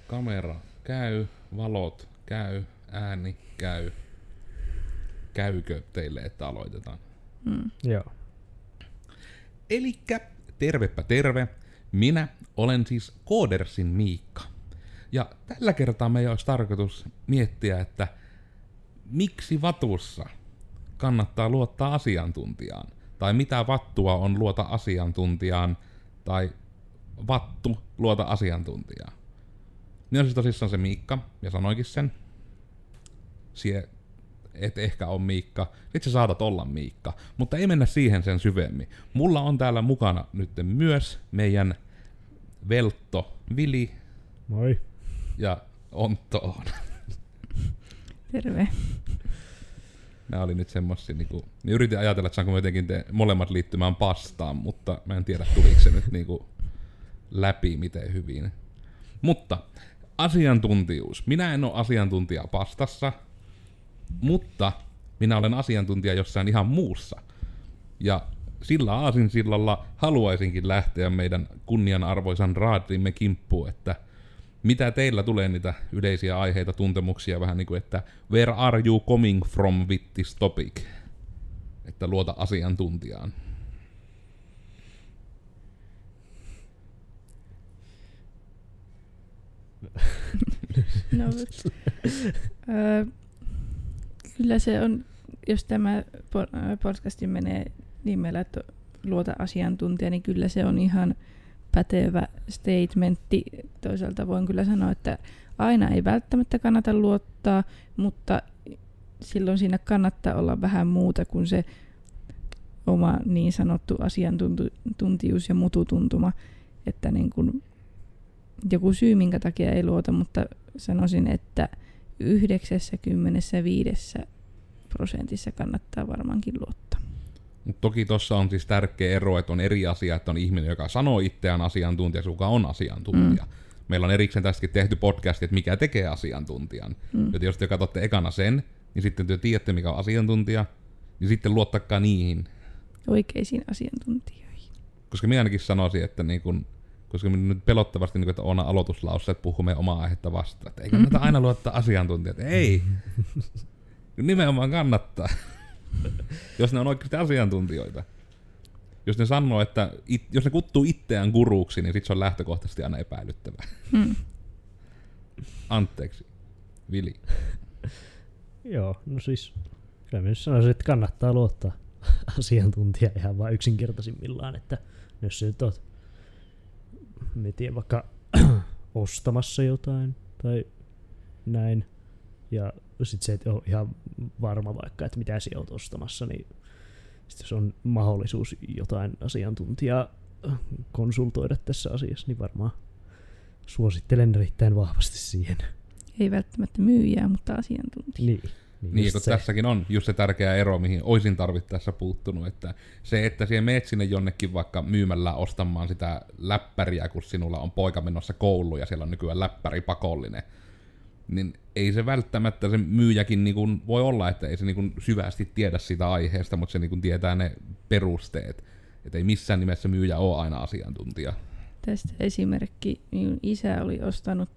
Kamera käy, valot käy, ääni käy. Käykö teille, että aloitetaan? Joo. Elikkä tervepä terve. Minä olen siis Koodersin Miikka. Ja tällä kertaa meidän olisi tarkoitus miettiä, että miksi vatussa kannattaa luottaa asiantuntijaan. Tai mitä vattua on luota asiantuntijaan. Tai vattu luota asiantuntijaan. Minä on siis tosissaan se Miikka, ja sanoikin sen. Sie et ehkä ole Miikka, sit sä saatat olla Miikka, mutta ei mennä siihen sen syvemmin. Mulla on täällä mukana nyt myös meidän Veltto Vili. Moi. Ja Ontto on. Terve. Nää oli nyt semmosia niinku, niin yritin ajatella, että saanko me jotenkin molemmat liittymään pastaan, mutta mä en tiedä tuliko se nyt niinku läpi miten hyvin. Mutta asiantuntijuus. Minä en ole asiantuntija pastassa, mutta minä olen asiantuntija jossain ihan muussa. Ja sillä aasinsillalla haluaisinkin lähteä meidän kunnianarvoisan raadrimme kimppuun, että mitä teillä tulee niitä yleisiä aiheita, tuntemuksia, vähän niin kuin, että where are you coming from with this topic? Että luota asiantuntijaan. No, kyllä se on, jos tämä podcasti menee nimellä, että luota asiantuntija, niin kyllä se on ihan pätevä statementti. Toisaalta voin kyllä sanoa, että aina ei välttämättä kannata luottaa, mutta silloin siinä kannattaa olla vähän muuta kuin se oma niin sanottu asiantuntijuus ja mututuntuma, että niin kuin joku syy, minkä takia ei luota, mutta sanoisin, että 95% kannattaa varmaankin luottaa. Mut toki tuossa on siis tärkeä ero, että on eri asia, että on ihminen, joka sanoo itseään asiantuntija, joka on asiantuntija. Meillä on erikseen tästäkin tehty podcast, että mikä tekee asiantuntijan. Joten jos te katsotte ekana sen, niin sitten te tiedätte, mikä on asiantuntija, niin sitten luottakaa niihin. Oikeisiin asiantuntijoihin. Koska minä ainakin sanoisin, että niin kun, koska minä nyt pelottavasti niin että on aloituslaussa, että puhumme omaa aihetta vastaan. Että ei kannata aina luottaa asiantuntijat. Ei! Nimenomaan kannattaa. Jos ne on oikeasti asiantuntijoita. Jos ne sanoo, että jos ne kuttuu itseään guruuksi, niin sit se on lähtökohtaisesti aina epäilyttävää. Anteeksi. Vili. Joo, no siis kyllä minä sanoisin, että kannattaa luottaa asiantuntijaa ihan vaan yksinkertaisimmillaan, että jos sä nyt oot, en tiedä, vaikka ostamassa jotain tai näin, ja sit se et ole ihan varma vaikka, että mitä sä oot ostamassa, niin sit jos on mahdollisuus jotain asiantuntijaa konsultoida tässä asiassa, niin varmaan suosittelen erittäin vahvasti siihen. Ei välttämättä myyjää, mutta asiantuntija. Niin, kun tässäkin on just se tärkeä ero, mihin oisin tarvittaessa puuttunut, että se, että siellä meet sinne jonnekin vaikka myymällä ostamaan sitä läppäriä, kun sinulla on poika menossa kouluun ja siellä on nykyään läppäri pakollinen, niin ei se välttämättä se myyjäkin niin kuin voi olla, että ei se niin kuin syvästi tiedä sitä aiheesta, mutta se niin kuin tietää ne perusteet. Että ei missään nimessä myyjä ole aina asiantuntija. Tästä esimerkki, minun isä oli ostanut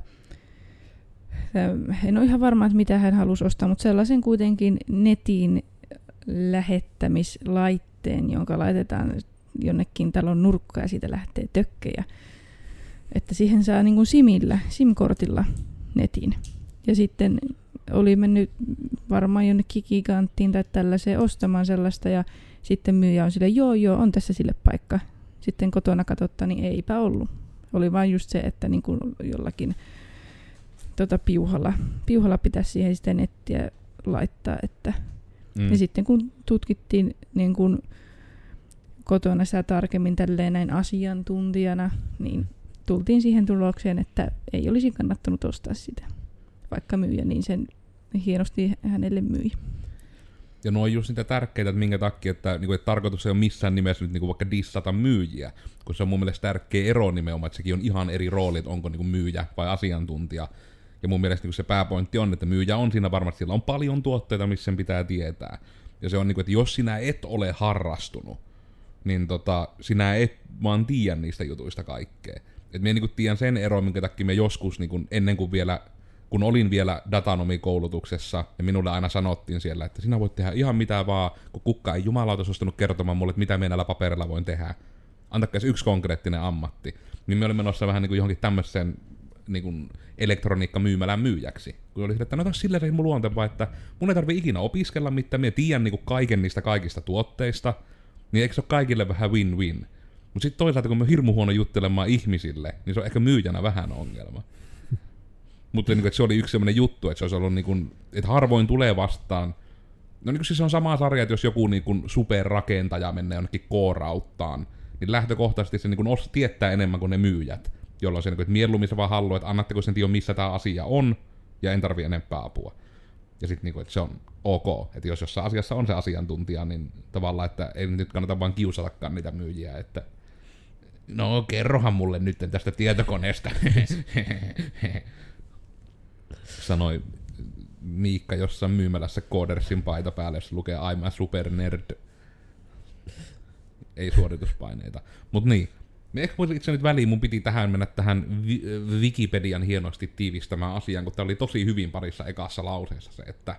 en ole ihan varma, että mitä hän halusi ostaa, mutta sellaisen kuitenkin netin lähettämislaitteen, jonka laitetaan jonnekin talon nurkkaan ja siitä lähtee tökkejä. Että siihen saa niin kuin SIM-kortilla netin. Ja sitten oli mennyt varmaan jonnekin Giganttiin tai tällaiseen ostamaan sellaista ja sitten myyjä on sille, joo, on tässä sille paikka. Sitten kotona katsottaa, niin eipä ollut. Oli vain just se, että niin kuin jollakin piuhalla pitäisi siihen sitten nettiä laittaa. Että. Ja sitten kun tutkittiin niin kun kotona sitä tarkemmin tälleen näin asiantuntijana, niin tultiin siihen tulokseen, että ei olisi kannattanut ostaa sitä. Vaikka myyjä, niin sen hienosti hänelle myi. Ja nuo on just niitä tärkeitä, että minkä takia, että, niin kuin, että tarkoitus ei ole missään nimessä nyt niin kuin vaikka dissata myyjiä, kun se on mun mielestä tärkeä ero nimenomaan, että sekin on ihan eri rooli, että onko niin kuin myyjä vai asiantuntija. Ja mun mielestä niin se pääpointti on, että myyjä on siinä varmasti, sillä on paljon tuotteita, missä sen pitää tietää. Ja se on niin kuin, että jos sinä et ole harrastunut, niin sinä et vaan tiedä niistä jutuista kaikkea. Et minä niinku tiedän sen eron, minkä takia me joskus niinku ennen kuin kun olin vielä datanomikoulutuksessa, ja minulle aina sanottiin siellä, että sinä voit tehdä ihan mitä vaan, kun kukaan ei jumalauta suostunut kertomaan mulle, että mitä minä näillä paperilla voin tehdä. Antakaa yksi konkreettinen ammatti. Niin me olin menossa vähän niin kuin johonkin tämmöiseen niin elektroniikkamyymälän myyjäksi. Kun oli sille, että no taas silleen mun luontevaa, että mun ei tarvitse ikinä opiskella mitään, minä tiedän niin kuin kaiken niistä kaikista tuotteista, niin eikö se ole kaikille vähän win-win? Mutta sitten toisaalta, kun mä hirmu huono juttelemaan ihmisille, niin se on ehkä myyjänä vähän ongelma. Mutta niin, se oli yksi sellainen juttu, että se olisi ollut, niin kuin, että harvoin tulee vastaan. No niin siis se on sama sarja, että jos joku niin kuin superrakentaja menee jonnekin koorauttaan, niin lähtökohtaisesti se niin kuin tietää enemmän kuin ne myyjät, jolloin se, niin kuin, että mieluummin se vaan haluaa, että annatteko sen tiedon, missä tämä asia on, ja en tarvitse enempää apua. Ja sitten, niin kuin, että se on ok, että jos jossain asiassa on se asiantuntija, niin tavallaan, että ei nyt kannata vaan kiusatakaan niitä myyjiä, että no kerrohan mulle nyt tästä tietokoneesta, sanoi Miikka jossain myymälässä Codersin paita päälle, jos lukee I'm a super nerd. Ei suorituspaineita. Mut niin. Me ehkä voisin itse nyt väliin, mun piti mennä tähän Wikipedian hienosti tiivistämään asiaan, kun tää oli tosi hyvin parissa ekassa lauseessa se, että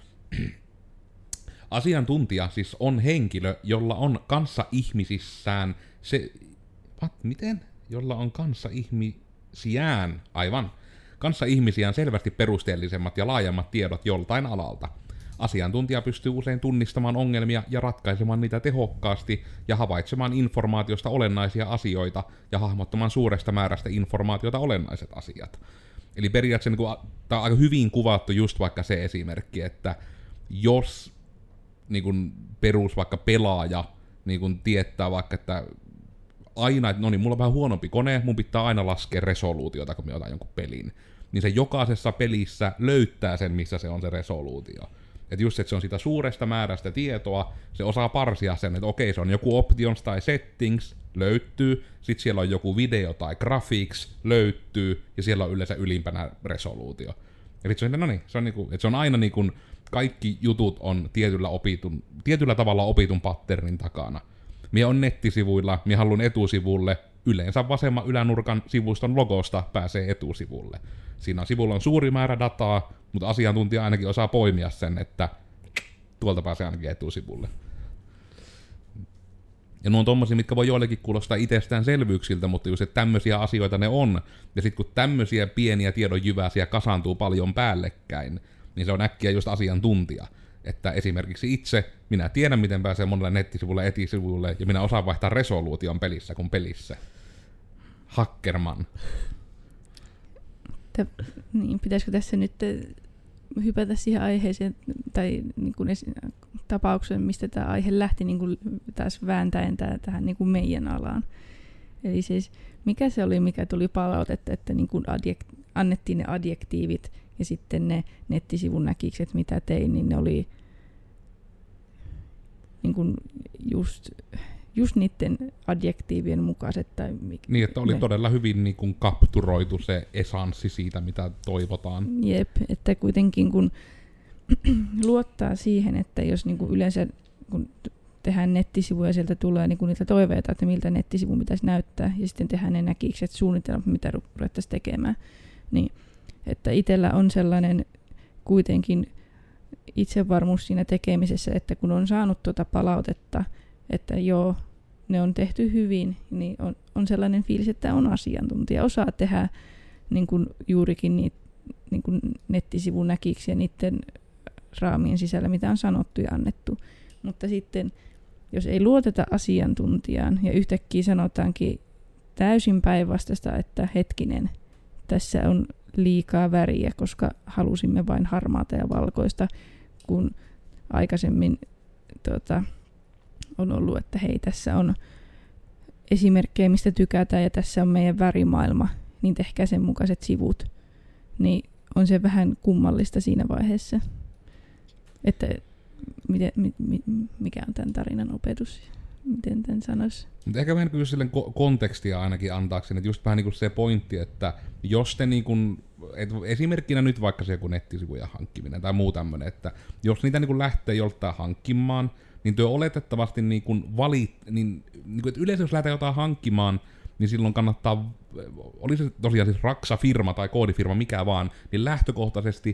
asiantuntija siis on henkilö, jolla on kanssa ihmisissään se... Miten? Jolla on kanssa ihmisiään, aivan, kanssa ihmisiään selvästi perusteellisemmat ja laajemmat tiedot joltain alalta. Asiantuntija pystyy usein tunnistamaan ongelmia ja ratkaisemaan niitä tehokkaasti ja havaitsemaan informaatiosta olennaisia asioita ja hahmottamaan suuresta määrästä informaatiota olennaiset asiat. Eli periaatteessa niin tämä on aika hyvin kuvattu just vaikka se esimerkki, että jos niin kuin perus vaikka pelaaja niin kuin tietää vaikka, että aina, että no niin, mulla on vähän huonompi kone, mun pitää aina laskea resoluutiota, kun me otan jonkun pelin. Niin se jokaisessa pelissä löytää sen, missä se on se resoluutio. Että just, että se on sitä suuresta määrästä tietoa, se osaa parsia sen, että okei, se on joku options tai settings, löytyy, sitten siellä on joku video tai graphics, löytyy, ja siellä on yleensä ylimpänä resoluutio. Ja sitten se on, no niin, se on, niinku, että se on aina niinku, kaikki jutut on tietyllä tavalla opitun patternin takana. Mie on nettisivuilla, mie haluan etusivulle, yleensä vasemman ylänurkan sivuston logosta pääsee etusivulle. Siinä sivulla on suuri määrä dataa, mutta asiantuntija ainakin osaa poimia sen, että tuolta pääsee ainakin etusivulle. Ja nuo on tommosia, mitkä voi joillekin kuulostaa itsestäänselvyyksiltä, mutta just, että tämmöisiä asioita ne on. Ja sitten kun tämmöisiä pieniä tiedonjyväsiä kasaantuu paljon päällekkäin, niin se on äkkiä just asiantuntija. Että esimerkiksi itse, minä tiedän miten pääsee monelle nettisivulle, etisivulle, ja minä osaan vaihtaa resoluution pelissä kuin pelissä. Hackerman. Niin, pitäisikö tässä nyt hypätä siihen aiheeseen, tai niin kuin tapaukseen, mistä tämä aihe lähti niin kuin taas vääntäen tähän niin kuin meidän alaan. Eli siis, mikä se oli, mikä tuli palautetta, että niin kuin annettiin ne adjektiivit, ja sitten ne nettisivun näkikset, mitä tein, niin ne oli niin kuin just niiden adjektiivien mukaiset. Tai niin, että oli todella hyvin niin kuin kapturoitu se esanssi siitä, mitä toivotaan. Jep, että kuitenkin kun luottaa siihen, että jos niin kuin yleensä kun tehdään nettisivuja ja sieltä tulee niin kuin niitä toiveita, että miltä nettisivun pitäisi näyttää, ja sitten tehdään ne näkikset, suunnitelmat, mitä ruvettaisiin tekemään, niin että itsellä on sellainen kuitenkin itsevarmuus siinä tekemisessä, että kun on saanut tuota palautetta, että joo, ne on tehty hyvin, niin on sellainen fiilis, että on asiantuntija, osaa tehdä niin kuin juurikin niitä niin kuin nettisivun näkiksi ja niiden raamien sisällä, mitä on sanottu ja annettu. Mutta sitten, jos ei luoteta asiantuntijaan ja yhtäkkiä sanotaankin täysin päinvastaista, että hetkinen, tässä on liikaa väriä, koska halusimme vain harmaata ja valkoista, kun aikaisemmin on ollut, että hei, tässä on esimerkkejä, mistä tykätään ja tässä on meidän värimaailma, niin tehkää sen mukaiset sivut. Niin on se vähän kummallista siinä vaiheessa, että mikä on tämän tarinan opetus, miten tämän sanoisi. Mutta ehkä vähän kyllä silleen kontekstia ainakin antaakseni, että just vähän niin kuin se pointti, että jos te niin kuin, esimerkkinä nyt vaikka se joku nettisivujen hankkiminen tai muu tämmöinen, että jos niitä niin kuin lähtee joltain hankkimaan, niin työ oletettavasti niin kuin että yleensä jos lähdetään jotain hankkimaan, niin silloin kannattaa, oli se tosiaan siis Raksa-firma tai koodifirma, mikä vaan, niin lähtökohtaisesti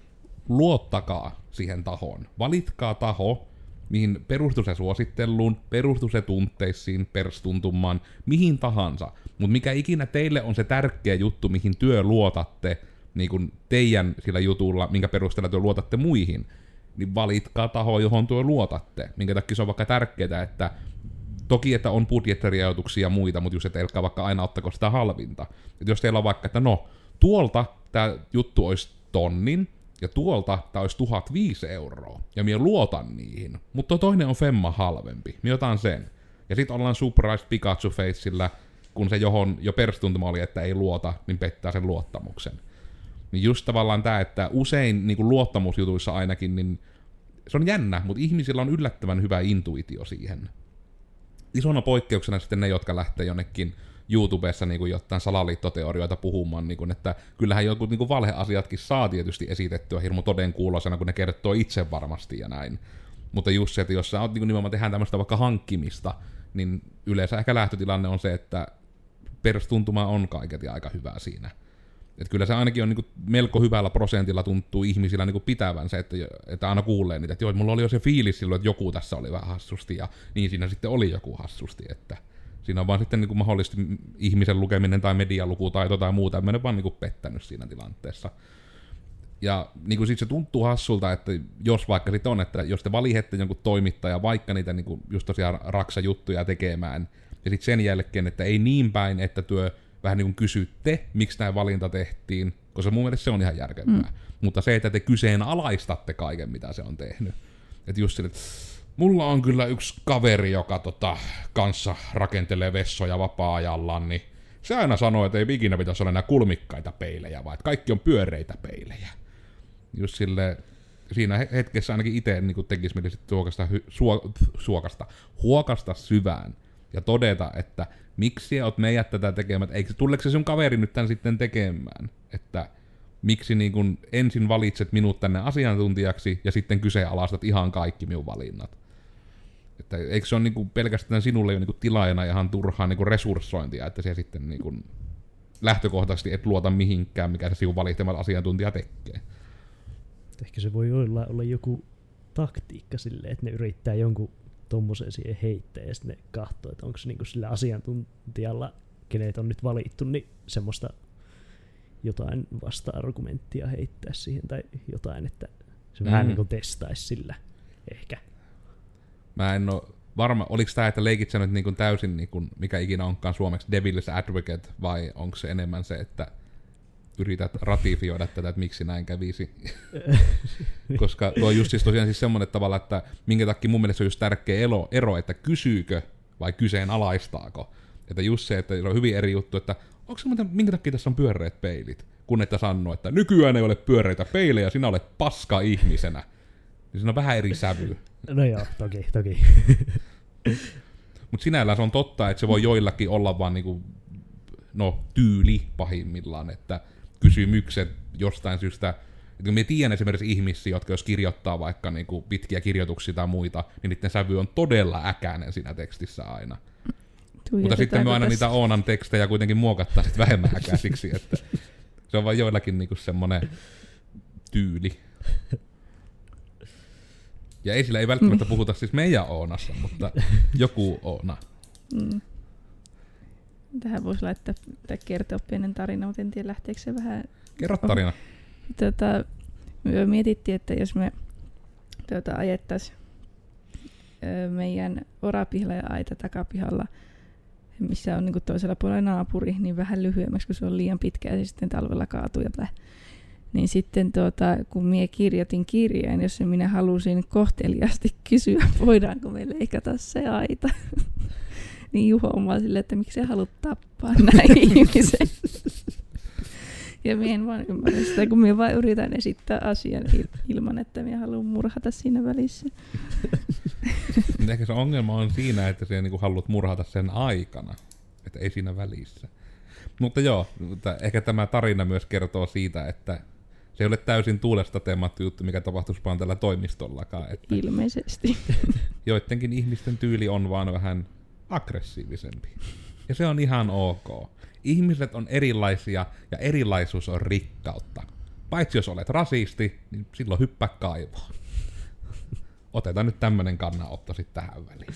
luottakaa siihen tahoon. Valitkaa taho, mihin perustuu se suositteluun, perustuu se tunteisiin, perstuntumaan, mihin tahansa. Mutta mikä ikinä teille on se tärkeä juttu, mihin työ luotatte, niin kuin teidän sillä jutulla, minkä perusteella työ luotatte muihin, niin valitkaa taho, johon työ luotatte. Minkä takia se on vaikka tärkeää, että toki, että on budjettirajoituksia ja muita, mutta just, että älkää vaikka aina ottako sitä halvinta. Et jos teillä on vaikka, että no, tuolta tämä juttu olisi 1 000, ja tuolta tämä olisi 1 005 €, ja minä luotan niihin, mutta toinen on femma halvempi, minä otan sen. Ja sit ollaan surprised Pikachu-faceillä, kun se johon jo perstuntuma oli, että ei luota, niin pettää sen luottamuksen. Niin just tavallaan tää, että usein niin kuin luottamusjutuissa ainakin, niin se on jännä, mutta ihmisillä on yllättävän hyvä intuitio siihen. Isona poikkeuksena sitten ne, jotka lähtee jonnekin YouTubessa niin kuin jotain salaliittoteorioita puhumaan, niin kuin, että kyllähän jotkut niin kuin valheasiatkin saa tietysti esitettyä hirmu todenkuuloisena, kun ne kertoo itse varmasti ja näin. Mutta just se, että jos sä oot, niin kuin nimenomaan tehdään tämmöistä vaikka hankkimista, niin yleensä ehkä lähtötilanne on se, että perstuntuma on kaiketi aika hyvä siinä. Että kyllä se ainakin on niin kuin melko hyvällä prosentilla tuntuu ihmisillä niin kuin pitävän se, että aina kuulee niitä, että joo, mulla oli jo se fiilis silloin, että joku tässä oli vähän hassusti, ja niin siinä sitten oli joku hassusti, että siinä on vaan sitten niin kuin mahdollisesti ihmisen lukeminen tai medialukutaito tai muuta, että mä en vaan niin kuin pettänyt siinä tilanteessa. Ja niin kuin sit se tuntuu hassulta, että jos vaikka sitten on, että jos te valihette jonkun toimittajan vaikka niitä niin kuin just tosiaan raksajuttuja tekemään, ja sitten sen jälkeen, että ei niin päin, että työ vähän niin kuin kysytte, miksi tämä valinta tehtiin, koska mun mielestä se on ihan järkevää. Mutta se, että te kyseenalaistatte kaiken, mitä se on tehnyt. Että just sille, että mulla on kyllä yksi kaveri, joka kanssa rakentelee vessoja vapaa-ajallaan, niin se aina sanoo, että ei ikinä pitäisi olla enää kulmikkaita peilejä, vaan että kaikki on pyöreitä peilejä. Just sille, siinä hetkessä ainakin itse niin tekisi mieli huokasta syvään ja todeta, että miksi oot meidät tätä tekemään, eikö tuleeko se sun kaveri nyt tän sitten tekemään, että miksi niin kun ensin valitset minut tänne asiantuntijaksi ja sitten kyseenalaistat ihan kaikki minun valinnat. Että eikö se ole niin pelkästään sinulle jo niin tilaajana ihan turhaa niin resurssointia, että se sitten niin lähtökohtaisesti et luota mihinkään, mikä se sinun valitsemat asiantuntija tekee. Ehkä se voi olla joku taktiikka silleen, että ne yrittää jonkun tommosen siihen heittää ja sitten ne katsoo, että onko se niinku sillä asiantuntijalla, kenet on nyt valittu, niin semmoista jotain vasta-argumenttia heittää siihen tai jotain, että se vähän niinku testaisi sillä ehkä. Mä en oo varma, oliko tää, että leikit sä nyt niinku täysin, niinku, mikä ikinä onkaan suomeksi devil's advocate, vai onko se enemmän se, että yrität ratifioida tätä, että miksi näin kävisi. Koska tuo on just siis tosiaan siis semmoinen tavalla, että minkä takia mun mielestä se on just tärkeä ero, että kysyykö vai kyseenalaistaako. Että just se, että se on hyvin eri juttu, että onko se minkä takia tässä on pyöreät peilit, kun että sanoo, että nykyään ei ole pyöreitä peilejä, sinä olet paska ihmisenä. Niin siinä on vähän eri sävy. No joo, toki. Mutta sinällään se on totta, että se voi joillakin olla vaan niinku, tyyli pahimmillaan, että kysymykset jostain syystä, että kun minä tiedän esimerkiksi ihmisiä, jotka jos kirjoittaa vaikka niinku pitkiä kirjoituksia tai muita, niin niiden sävy on todella äkäinen siinä tekstissä aina. Mutta sitten me aina niitä Oonan tekstejä kuitenkin muokattaa sit vähemmän äkäisiksi, että se on vaan joillakin niinku semmonen tyyli. Ja ei sillä ei välttämättä puhuta siis meidän Oonassa, mutta joku Oona. Tähän voisi laittaa tai kertoa pienen tarina, mutta en tiedä lähteekö se vähän. Kerro tarina. Me mietittiin, että jos me ajettaisiin meidän orapihalla ja aita takapihalla, missä on niinku toisella puolella naapuri, niin vähän lyhyemmäksi, kun se on liian pitkä ja se sitten talvella kaatuu ja blä. Niin sitten kun minä kirjoitin kirjeen, jossa minä halusin kohteliaasti kysyä, voidaanko me leikata se aita, niin Juho on vaan silleen, että miksi sä haluat tappaa näin ihmisen. Ja minä en vaan ymmärrä sitä, kun minä vaan yritän esittää asian ilman, että minä haluan murhata siinä välissä. Ehkä se ongelma on siinä, että sinä niinku haluat murhata sen aikana, että ei siinä välissä. Mutta joo, ehkä tämä tarina myös kertoo siitä, että se ei ole täysin tuulesta teemattu juttu, mikä tapahtuisi vaan tällä toimistollakaan. Että ilmeisesti. Joidenkin ihmisten tyyli on vaan vähän aggressiivisempi. Ja se on ihan ok. Ihmiset on erilaisia ja erilaisuus on rikkautta. Paitsi jos olet rasisti, niin silloin hyppää kaivoon. Otetaan nyt tämmönen kannanotto sit tähän väliin.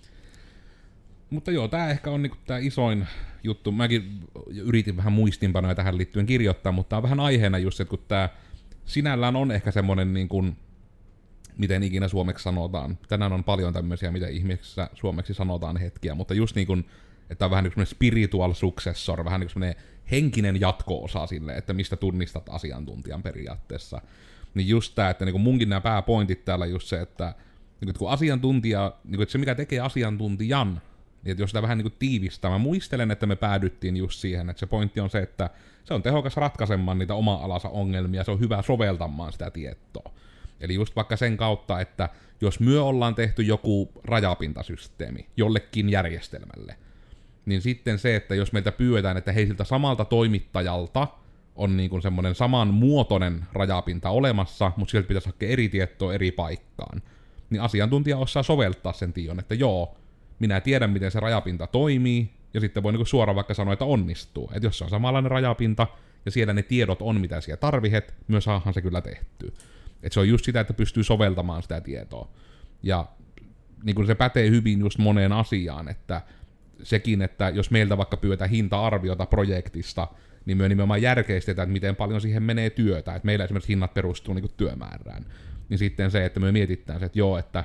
Mutta joo, tää ehkä on niinku tää isoin juttu. Mäkin yritin vähän muistinpanoja tähän liittyen kirjoittaa, mutta tää on vähän aiheena just, että kun tää sinällään on ehkä semmonen niinku, miten ikinä suomeksi sanotaan. Tänään on paljon tämmöisiä, mitä ihmeessä suomeksi sanotaan hetkiä, mutta just niinku, että on vähän niin kuin spiritual successor, vähän niin kuin henkinen jatko-osa sille, että mistä tunnistat asiantuntijan periaatteessa. Niin just tää, että niinku munkin nämä pääpointit täällä just se, että niinku, kun asiantuntija, niinku, että se mikä tekee asiantuntijan, niin että jos sitä vähän niinku tiivistää, mä muistelen, että me päädyttiin just siihen, että se pointti on se, että se on tehokas ratkaisemaan niitä oma-alansa ongelmia, se on hyvä soveltamaan sitä tietoa. Eli just vaikka sen kautta, että jos myö ollaan tehty joku rajapintasysteemi jollekin järjestelmälle, niin sitten se, että jos meiltä pyydetään, että hei siltä samalta toimittajalta on niin kuin semmoinen samanmuotoinen rajapinta olemassa, mutta sieltä pitäisi hakea eri tietoa eri paikkaan, niin asiantuntija osaa soveltaa sen tiedon, että joo, minä tiedän miten se rajapinta toimii, ja sitten voi niin kuin suoraan vaikka sanoa, että onnistuu. Että jos se on samanlainen rajapinta, ja siellä ne tiedot on, mitä siellä tarvihet, myös saadaan se kyllä tehtyä. Että se on just sitä, että pystyy soveltamaan sitä tietoa. Ja niin kuin se pätee hyvin just moneen asiaan, että sekin, että jos meiltä vaikka pyydetään hinta-arviota projektista, niin me nimenomaan järkeistetään, että miten paljon siihen menee työtä. Että meillä esimerkiksi hinnat perustuu niin kuin työmäärään. Niin sitten se, että me mietitään se, että joo, että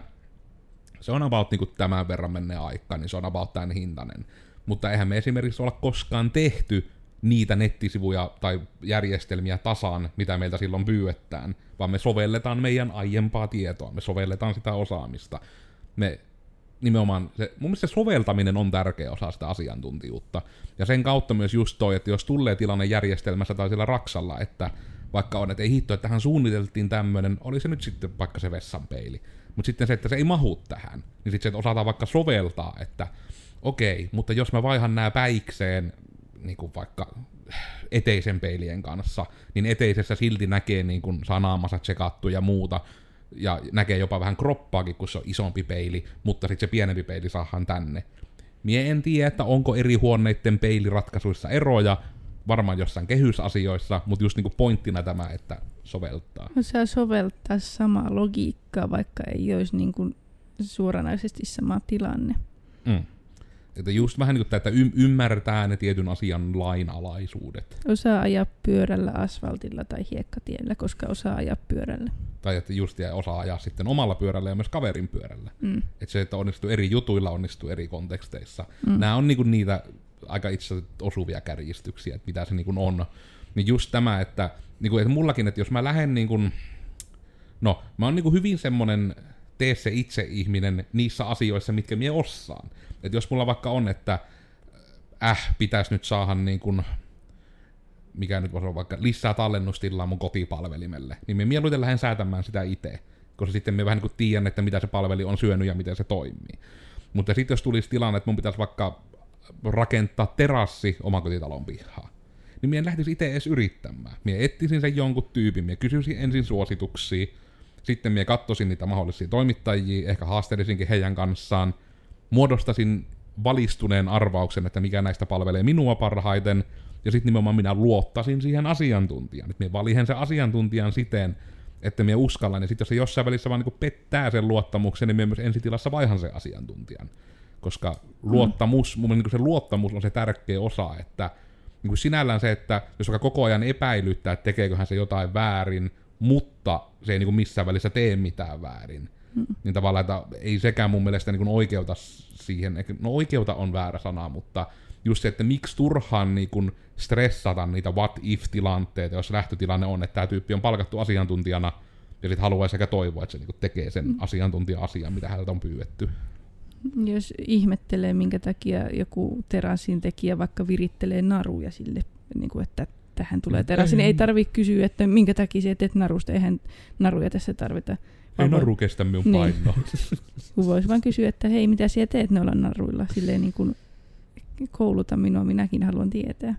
se on about niin kuin tämän verran menee aikaa, niin se on about tämän hintainen. Mutta eihän me esimerkiksi olla koskaan tehty niitä nettisivuja tai järjestelmiä tasan, mitä meiltä silloin pyydetään, vaan me sovelletaan meidän aiempaa tietoa, me sovelletaan sitä osaamista. Me nimenomaan, mun mielestä se soveltaminen on tärkeä osa sitä asiantuntijuutta. Ja sen kautta myös just toi, että jos tulee tilanne järjestelmässä tai siellä Raksalla, että vaikka on, että ei hitto, että tähän suunniteltiin tämmöinen, oli se nyt sitten vaikka se vessanpeili. Mutta sitten se, että se ei mahu tähän, niin sitten se, että osataan vaikka soveltaa, että okei, mutta jos mä vaihan nää päikseen, niin kuin vaikka eteisen peilien kanssa, niin eteisessä silti näkee niin kuin sanaamansa tsekattu ja muuta, ja näkee jopa vähän kroppaakin, kun se on isompi peili, mutta sitten se pienempi peili saadaan tänne. Mie en tiedä, että onko eri huoneiden peiliratkaisuissa eroja, varmaan jossain kehysasioissa, mutta just niinku pointtina tämä, että soveltaa. Osaa soveltaa samaa logiikkaa, vaikka ei olisi niinku suoranaisesti sama tilanne. Että just vähän niin kuin että ymmärtää ne tietyn asian lainalaisuudet. Osaa ajaa pyörällä asfaltilla tai hiekkatiellä, koska osaa ajaa pyörällä. Tai että just osaa ajaa sitten omalla pyörällä ja myös kaverin pyörällä. Että se, että onnistuu eri jutuilla, onnistuu eri konteksteissa. Nämä on niinku niitä aika itse osuvia kärjistyksiä, että mitä se niinku on. Niin just tämä, että, niinku, että mullakin, että jos mä lähden niinku, no, mä oon niinku hyvin semmonen tee se itse ihminen niissä asioissa, mitkä mie osaan. Että jos mulla vaikka on, että pitäisi nyt saada niin kuin, mikä nyt voisi olla vaikka lisää tallennustilaa mun kotipalvelimelle, niin me mieluiten lähden säätämään sitä itse, koska sitten me vähän niin kuin tiedän, että mitä se palveli on syönyt ja miten se toimii. Mutta sitten jos tulisi tilanne, että mun pitäisi vaikka rakentaa terassi omakotitalon pihaan, niin mie en lähtisi itse edes yrittämään. Mie etsisin sen jonkun tyypin, mie kysyisin ensin suosituksia, sitten mie katsoisin niitä mahdollisia toimittajia, ehkä haastelisinkin heidän kanssaan, muodostasin valistuneen arvauksen, että mikä näistä palvelee minua parhaiten, ja sitten nimenomaan minä luottaisin siihen asiantuntijaan. Että minä valihen sen asiantuntijan siten, että minä uskallan, ja sitten jos se jossain välissä vaan niin pettää sen luottamuksen, niin minä myös ensitilassa vaihan sen asiantuntijan. Koska luottamus, mun mielestä se luottamus on se tärkeä osa, että niin sinällään se, että jos vaikka koko ajan epäilyttää, että tekeeköhän se jotain väärin, mutta se ei niin missään välissä tee mitään väärin, niin tavallaan, että ei sekään mun mielestä niin oikeuta siihen, no oikeuta on väärä sana, mutta just se, että miksi turhaan niin stressata niitä what if-tilanteita, jos lähtötilanne on, että tämä tyyppi on palkattu asiantuntijana, ja sitten haluaisi sekä toivoa, että se niin tekee sen asiantuntija-asian, mitä häneltä on pyydetty. Jos ihmettelee, minkä takia joku terassin tekijä vaikka virittelee naruja sille, niin kuin, että tähän tulee terassi, niin ei tarvitse kysyä, että minkä takia se teet narusta, eihän naruja tässä tarvita. Ei naru kestä minun painoa. Kun voisi vaan kysyä, että hei, mitä sinä teet noilla naruilla, silleen niin kuin kouluta minua, minäkin haluan tietää.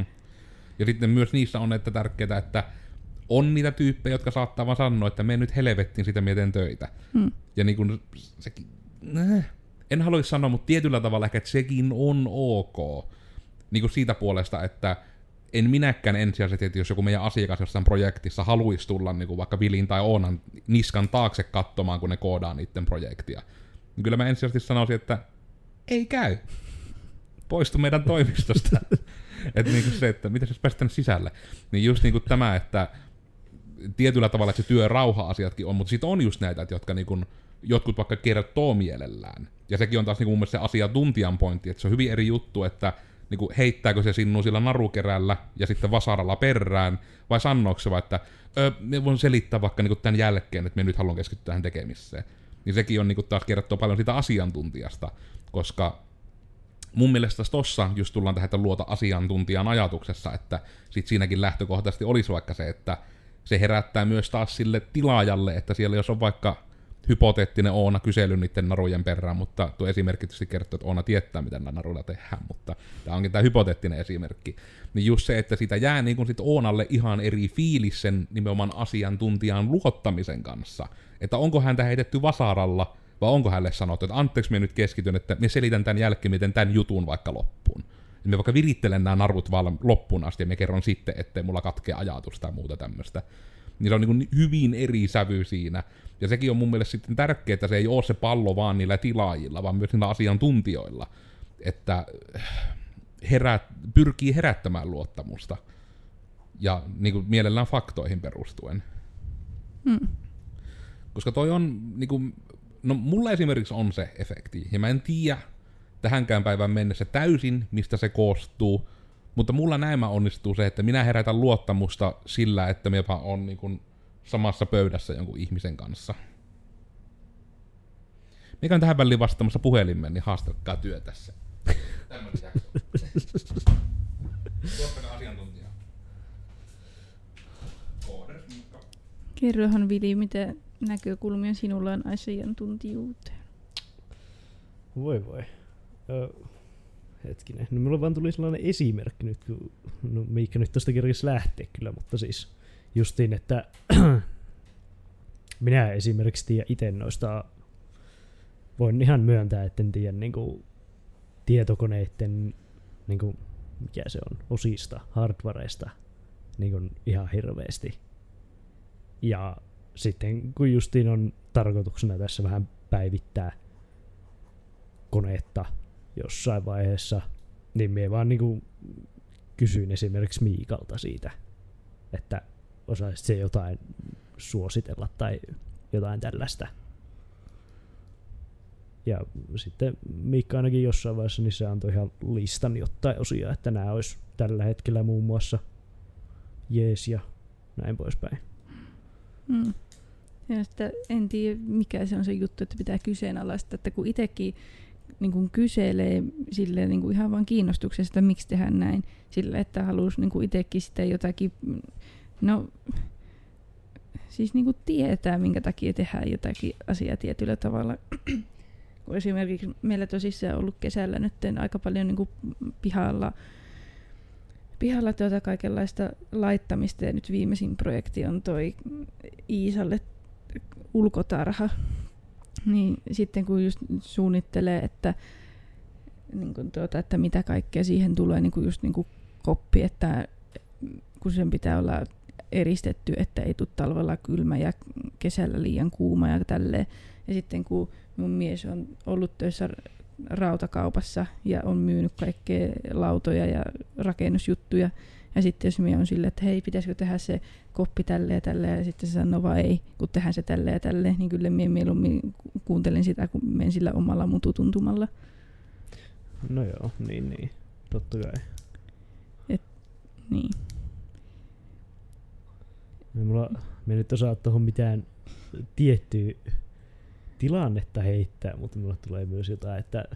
Ja sitten myös niissä on että tärkeää, että on niitä tyyppejä, jotka saattaa vaan sanoa, että mene nyt helvettiin, sitä mie teen töitä. Ja niin kuin sekin, en haluaisi sanoa, mutta tietyllä tavalla ehkä, että sekin on ok. Niin kuin siitä puolesta, että en minäkään ensisijaisesti, että jos joku meidän asiakas jossain projektissa haluaisi tulla niin kuin vaikka Vilin tai Oonan niskan taakse katsomaan, kun ne koodaa niiden projektia, niin kyllä mä ensisijaisesti sanoisin, että ei käy. Poistu meidän toimistosta. Että niinku se, että miten se pääsit tänne sisälle. Niin just niinku tämä, että tietyllä tavalla, että se työrauha-asiatkin on, mutta sitten on just näitä, että jotka niinku, jotkut vaikka kertoo mielellään. Ja sekin on taas niinku mun mielestä se asiantuntijan pointti, että se on hyvin eri juttu, että niinku heittääkö se sinua sillä narukerällä ja sitten vasaralla perään, vai sanooko se vaan, että me voin selittää vaikka niinku tämän jälkeen, että me nyt haluan keskittyä tähän tekemiseen. Niin sekin on niinku taas kertoo paljon siitä asiantuntijasta, koska mun mielestä tossa just tullaan tähän, että luota asiantuntijan ajatuksessa, että sit siinäkin lähtökohtaisesti olisi vaikka se, että se herättää myös taas sille tilaajalle, että siellä jos on vaikka hypoteettinen Oona kysely niiden narujen perään, mutta tuo esimerkki tietysti kertoo, että Oona tietää, miten nämä naruilla tehdään, mutta tämä onkin tämä hypoteettinen esimerkki. Niin just se, että siitä jää niin kuin sit Oonalle ihan eri fiilis sen nimenomaan asiantuntijan luottamisen kanssa. Että onko häntä heitetty vasaralla, vai onko hänelle sanottu, että anteeksi minä nyt keskityn, että minä selitän tämän jälkeen, miten tämän jutun vaikka loppuun. Ja minä vaikka virittelen nämä narut vaan loppuun asti, ja minä kerron sitten, ettei mulla katkea ajatus tai muuta tämmöistä. Niin se on niin hyvin eri sävy siinä. Ja sekin on mun mielestä sitten tärkeää, että se ei ole se pallo vaan niillä tilaajilla, vaan myös niillä asiantuntijoilla. Että pyrkii herättämään luottamusta. Ja niin kuin mielellään faktoihin perustuen. Koska toi on, niin kuin, no mulla esimerkiksi on se efekti, ja mä en tiedä tähänkään päivään mennessä täysin, mistä se koostuu, mutta mulla näemä onnistuu se, että minä herätän luottamusta sillä, että me jopa on niin kuin samassa pöydässä jonkun ihmisen kanssa. Mikä on tähän väliin vastaamassa puhelimeen, niin haastakaa työ tässä. Tämmöinen jakso. Tuottakaa asiantuntijaa. Kerrohan Vili, mitä näkökulmia sinulla on asiantuntijuuteen. Voi. Hetkinen. No mulla vaan tuli sellainen esimerkki nyt, kun no Miikka nyt tosta kerkesi lähteä kyllä, mutta siis justiin, että minä esimerkiksi tiedän itse noista, voin ihan myöntää, että en tiedä niinku tietokoneiden, niinku, mikä se on, osista, hardwareista niinku ihan hirveästi. Ja sitten kun justiin on tarkoituksena tässä vähän päivittää koneetta jossain vaiheessa, niin minä vaan niinku kysyin esimerkiksi Miikalta siitä, että osaisit se jotain suositella tai jotain tällaista. Ja sitten Miikka ainakin jossain vaiheessa niin se antoi ihan listan jotain osia, että nämä olisi tällä hetkellä muun muassa jees ja näin poispäin. Ja sitten en tiedä mikä se on se juttu, että pitää kyseenalaista, että kun itsekin niin kun kyselee silleen, niin kun ihan vaan kiinnostuksesta, miksi tehdään näin, sillä että haluaisi niin itsekin sitä jotakin, no siis niin kun tietää, minkä takia tehdään jotakin asiaa tietyllä tavalla. Kun esimerkiksi meillä tosissaan on ollut kesällä nyt aika paljon niin kun pihalla kaikenlaista laittamista, ja nyt viimeisin projekti on toi Iisalle ulkotarha. Niin sitten kun just suunnittelee, että, niin kun että mitä kaikkea siihen tulee, niin kun just niin kun koppi, että kun sen pitää olla eristetty, että ei tule talvella kylmä ja kesällä liian kuuma ja tälleen. Ja sitten kun mun mies on ollut töissä rautakaupassa ja on myynyt kaikkea lautoja ja rakennusjuttuja, ja sitten jos minä on silleen, että hei, pitäisikö tehdä se koppi tälleen ja tälleen, ja sitten se sanoo vaan ei, kun tehdään se tälleen ja tälleen, niin kyllä minä mieluummin kuuntelen sitä, kun menen sillä omalla mututuntumalla. No joo, niin, totta kai. Niin. Me nyt osaa tuohon mitään tiettyä tilannetta heittää, mutta mulle tulee myös jotain, että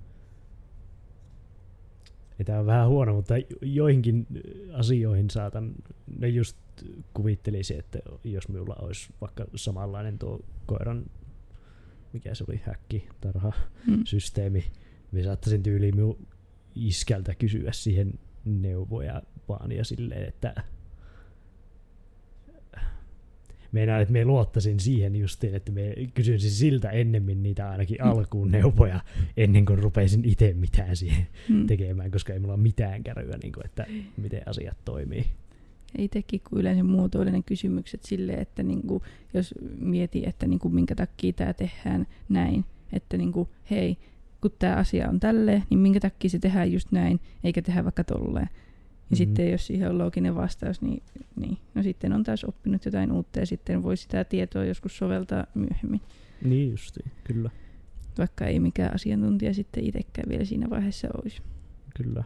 tämä on vähän huono, mutta joihinkin asioihin saatan, ne just kuvittelisi, että jos minulla olisi vaikka samanlainen tuo koiran, mikä se oli, häkkitarha-systeemi, me saattaisin tyyliin minun iskältä kysyä siihen neuvoja vaan ja silleen, että meinaan, että me luottaisin siihen justiin, että me kysyisin siltä ennemmin niitä ainakin alkuun neuvoja, ennen kuin rupeisin itse mitään siihen tekemään, koska ei mulla ole mitään käryä, niin kuin, että miten asiat toimii. Itsekin kun yleensä muotoilen ne kysymykset silleen, että niinku, jos mietin, että niinku, minkä takia tämä tehdään näin, että niinku, hei, kun tämä asia on tälleen, niin minkä takia se tehdään just näin, eikä tehdä vaikka tolleen. Ja sitten jos siihen on looginen vastaus, niin no sitten on taas oppinut jotain uutta ja sitten voi sitä tietoa joskus soveltaa myöhemmin. Niin justiin, kyllä. Vaikka ei mikään asiantuntija sitten itsekään vielä siinä vaiheessa olisi. Kyllä.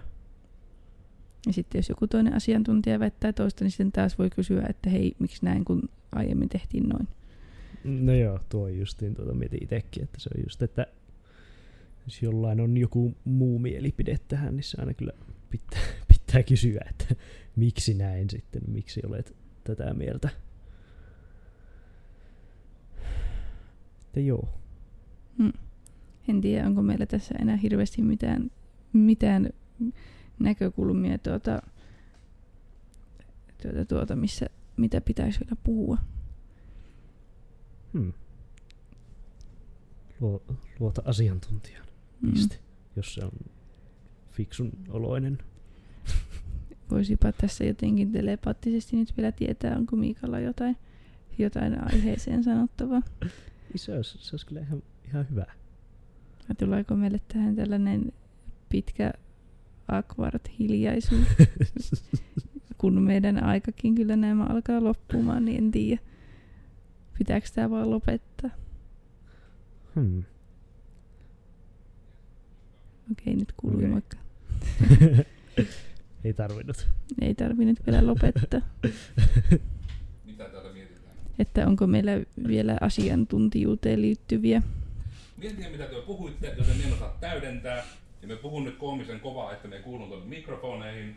Ja sitten jos joku toinen asiantuntija väittää toista, niin sitten taas voi kysyä, että hei, miksi näin, kun aiemmin tehtiin noin. No joo, tuo justiin mietin itsekin, että se on just, että jos jollain on joku muu mielipide tähän, niin se aina kyllä pitää kysyä, että miksi näin sitten, miksi olet tätä mieltä. Että joo. En tiedä, onko meillä tässä enää hirveästi mitään näkökulmia mitä pitäisi vielä puhua. Luota asiantuntijan, jos se on fiksun oloinen. Voisipa tässä jotenkin telepaattisesti nyt vielä tietää, onko Miikalla jotain aiheeseen sanottavaa. Se olisi kyllä ihan hyvä. Ja tuleeko meille tähän tällainen pitkä awkward hiljaisuus? Kun meidän aikakin kyllä nämä alkaa loppumaan, niin en tiedä. Pitääkö tämä vaan lopettaa? Okei, nyt kuului moikka. Ei tarvinnut. Ei tarvinnut vielä lopettaa. Mitä täällä mietitään? Että onko meillä vielä asiantuntijuuteen liittyviä? Mietin, mitä te puhuitte, joten en osaa täydentää. Ja me puhun nyt koomisen kovaa, että me kuulun tuonne mikrofoneihin.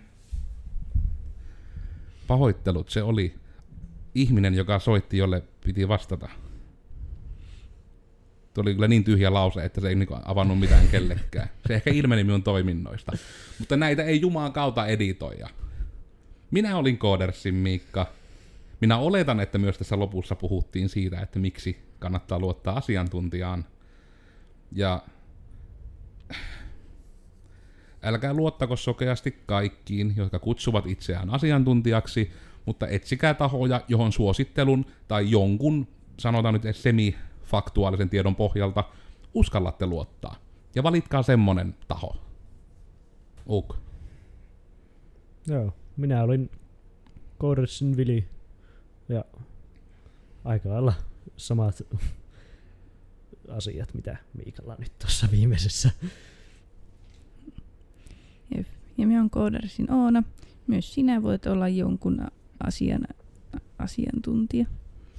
Pahoittelut, se oli ihminen, joka soitti, jolle piti vastata. Tuo oli kyllä niin tyhjä lause, että se ei niinku avannut mitään kellekään. Se ehkä ilmeni minun toiminnoista. Mutta näitä ei Jumalan kautta editoida. Minä olin Koodersin Miikka. Minä oletan, että myös tässä lopussa puhuttiin siitä, että miksi kannattaa luottaa asiantuntijaan. Ja älkää luottako sokeasti kaikkiin, jotka kutsuvat itseään asiantuntijaksi, mutta etsikää tahoja, johon suosittelun tai jonkun, sanotaan nyt semifaktuaalisen tiedon pohjalta, uskallatte luottaa. Ja valitkaa semmonen taho. Joo, minä olin Koodersin Vili ja aika lailla samat asiat, mitä Miikalla nyt tuossa viimeisessä. Ja minä olen Koodersin Oona. Myös sinä voit olla jonkun asiantuntija.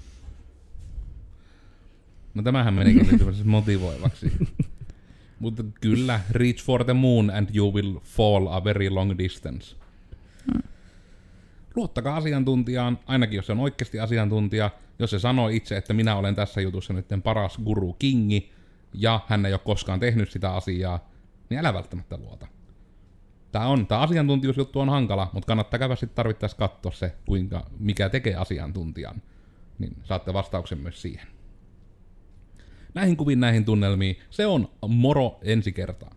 No tämähän menikin nyt motivoivaksi. Mutta kyllä, reach for the moon and you will fall a very long distance. Luottakaa asiantuntijaan, ainakin jos se on oikeasti asiantuntija. Jos se sanoo itse, että minä olen tässä jutussa nyt paras guru kingi, ja hän ei ole koskaan tehnyt sitä asiaa, niin älä välttämättä luota. Tämä asiantuntijuusjuttu on hankala, mutta kannattaa käydä sitten tarvittaessa katsoa se, mikä tekee asiantuntijan. Niin saatte vastauksen myös siihen. Näihin kuviin, näihin tunnelmiin. Se on moro ensi kertaan.